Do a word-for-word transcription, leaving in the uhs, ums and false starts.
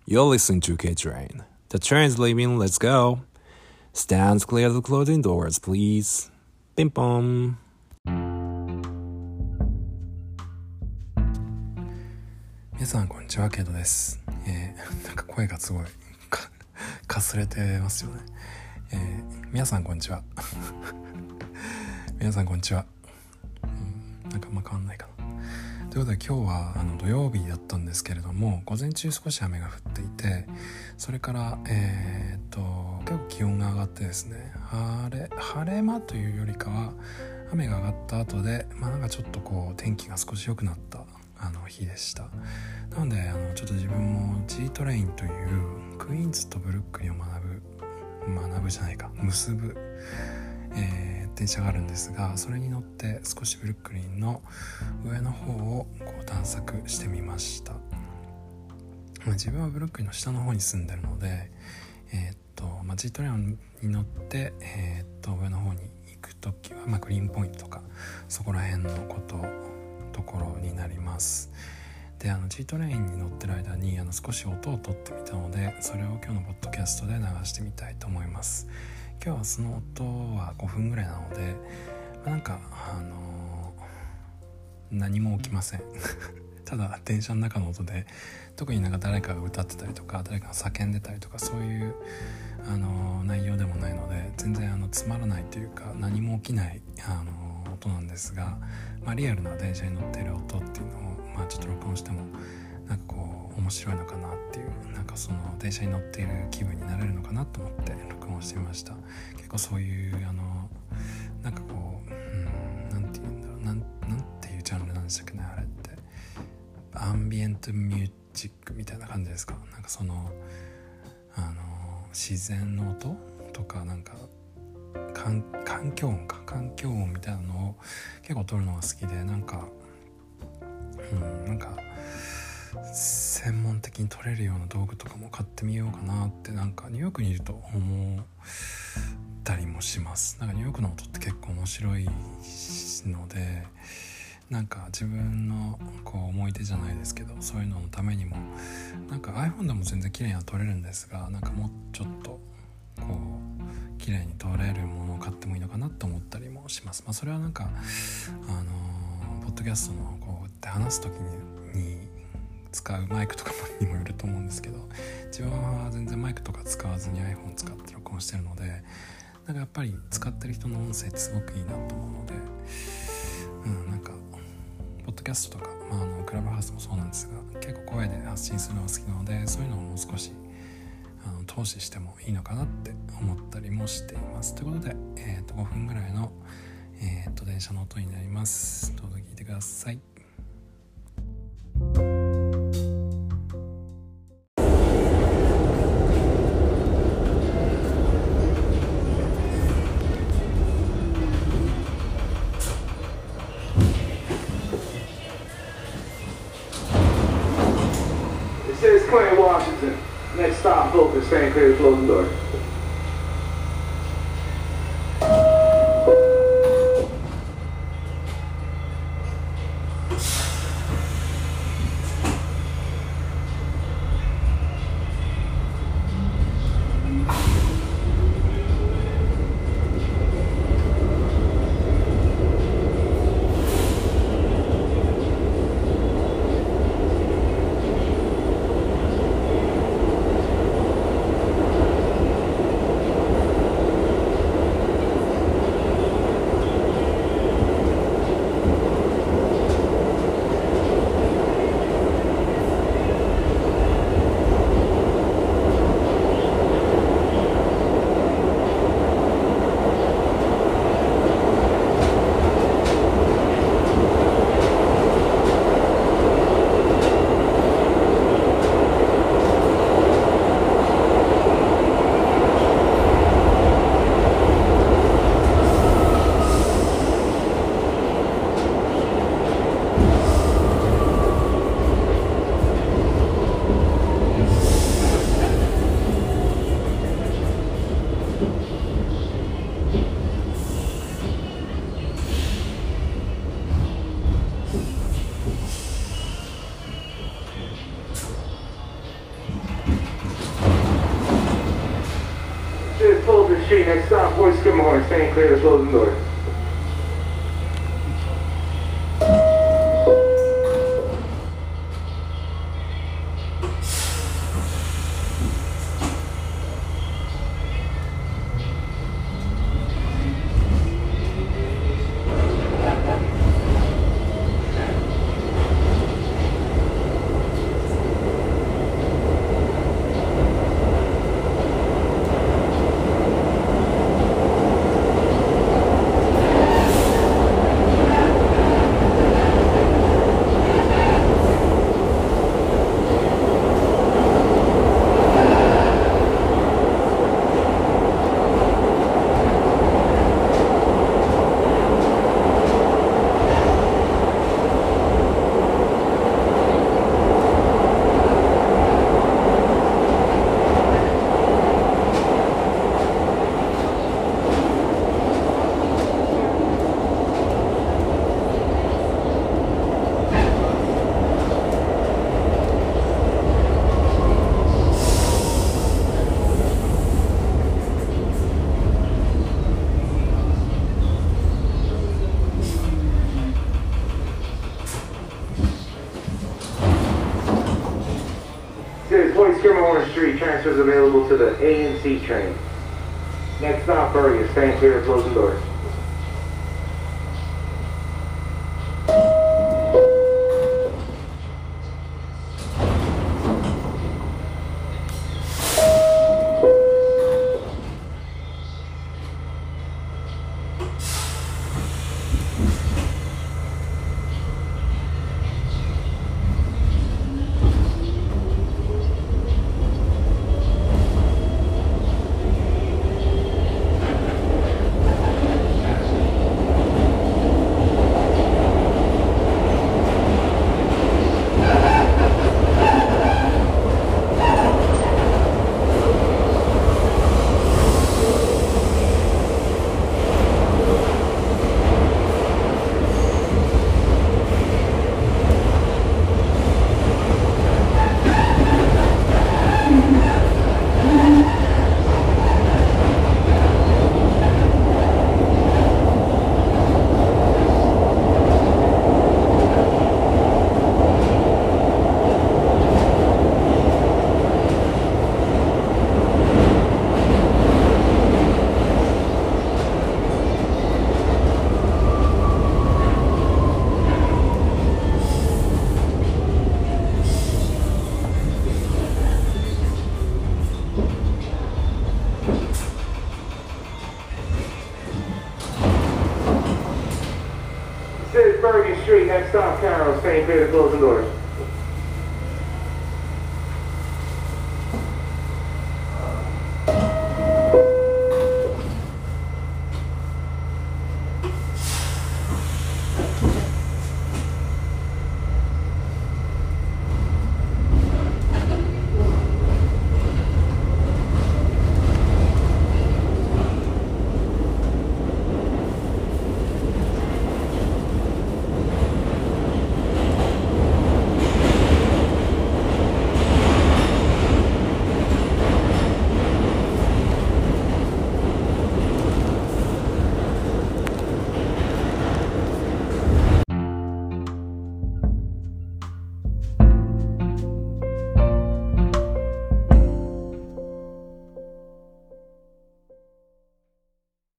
You're listening to K-Train. The train is leaving, let's go. Stands clear the closing doors, please. ピンポン。皆さんこんにちは、ケイトです。えー、なんか声がすごいか、かすれてますよね。えー、皆さんこんにちは。皆さんこんにちは。うん、なんかあんま変わんないかな。ということで今日はあの土曜日だったんですけれども、午前中少し雨が降っていて、それからえー、っと結構気温が上がってですね、晴れ晴れ間というよりかは雨が上がった後で、まあなんかちょっとこう天気が少し良くなったあの日でした。なのであのちょっと自分も G トレインというクイーンズとブルックリンを学ぶ学ぶじゃないか結ぶ、えー電車があるんですが、それに乗って少しブルックリンの上の方をこう探索してみました。まあ、自分はブルックリンの下の方に住んでるので、えー、っと、まあ、G トレインに乗って、えー、っと上の方に行くときは、まあ、グリーンポイントとかそこら辺のことところになります。で、あの G トレインに乗ってる間にあの少し音を取ってみたので、それを今日のポッドキャストで流してみたいと思います。今日はその音はごふんぐらいなので、まあ、なんかあのー、何も起きませんただ電車の中の音で、特になんか誰かが歌ってたりとか誰かが叫んでたりとかそういう、あのー、内容でもないので、全然あのつまらないというか何も起きない、あのー、音なんですが、まあ、リアルな電車に乗っている音っていうのを、まあ、ちょっと録音してもなんかこう面白いのかなっていう、なんかその電車に乗っている気分になれるのかなと思って録音してみました。結構そういうあのなんかこう、うん、なんていうんだろう、なん、なんていうジャンルなんでしたっけね、あれってアンビエントミュージックみたいな感じですか。なんかそのあの自然の音とか、なんか環境音か環境音みたいなのを結構撮るのが好きで、なんかうんなんか専門的に撮れるような道具とかも買ってみようかなって、なんかニューヨークにいると思ったりもします。なんかニューヨークの音って結構面白いので、なんか自分のこう思い出じゃないですけど、そういうののためにもなんか iPhone でも全然綺麗には撮れるんですが、なんかもうちょっとこう綺麗に撮れるものを買ってもいいのかなと思ったりもします。まあそれはなんかあのポッドキャストのこうって話す時にに使うマイクとかにもよると思うんですけど、自分は全然マイクとか使わずに iPhone 使って録音してるので、なんかやっぱり使ってる人の音声ってすごくいいなと思うので、うん、なんかポッドキャストとか、まあ、あのクラブハウスもそうなんですが、結構声で発信するのが好きなので、そういうのをもう少しあの投資してもいいのかなって思ったりもしています。ということで、えー、とごふんぐらいの、えー、と電車の音になります。どうぞ聞いてください。 Clay Washington. Next stop, focus, stand clear, closing door. Street, next stop, Boy Skimmerhorn, stand clear to closing doors. Boy Skimmerhorn Street, transfers available to the A and C train. Next stop, Bergen, stand clear to closing doors. Bergen Street, next stop, Carroll, stand clear to closing doors.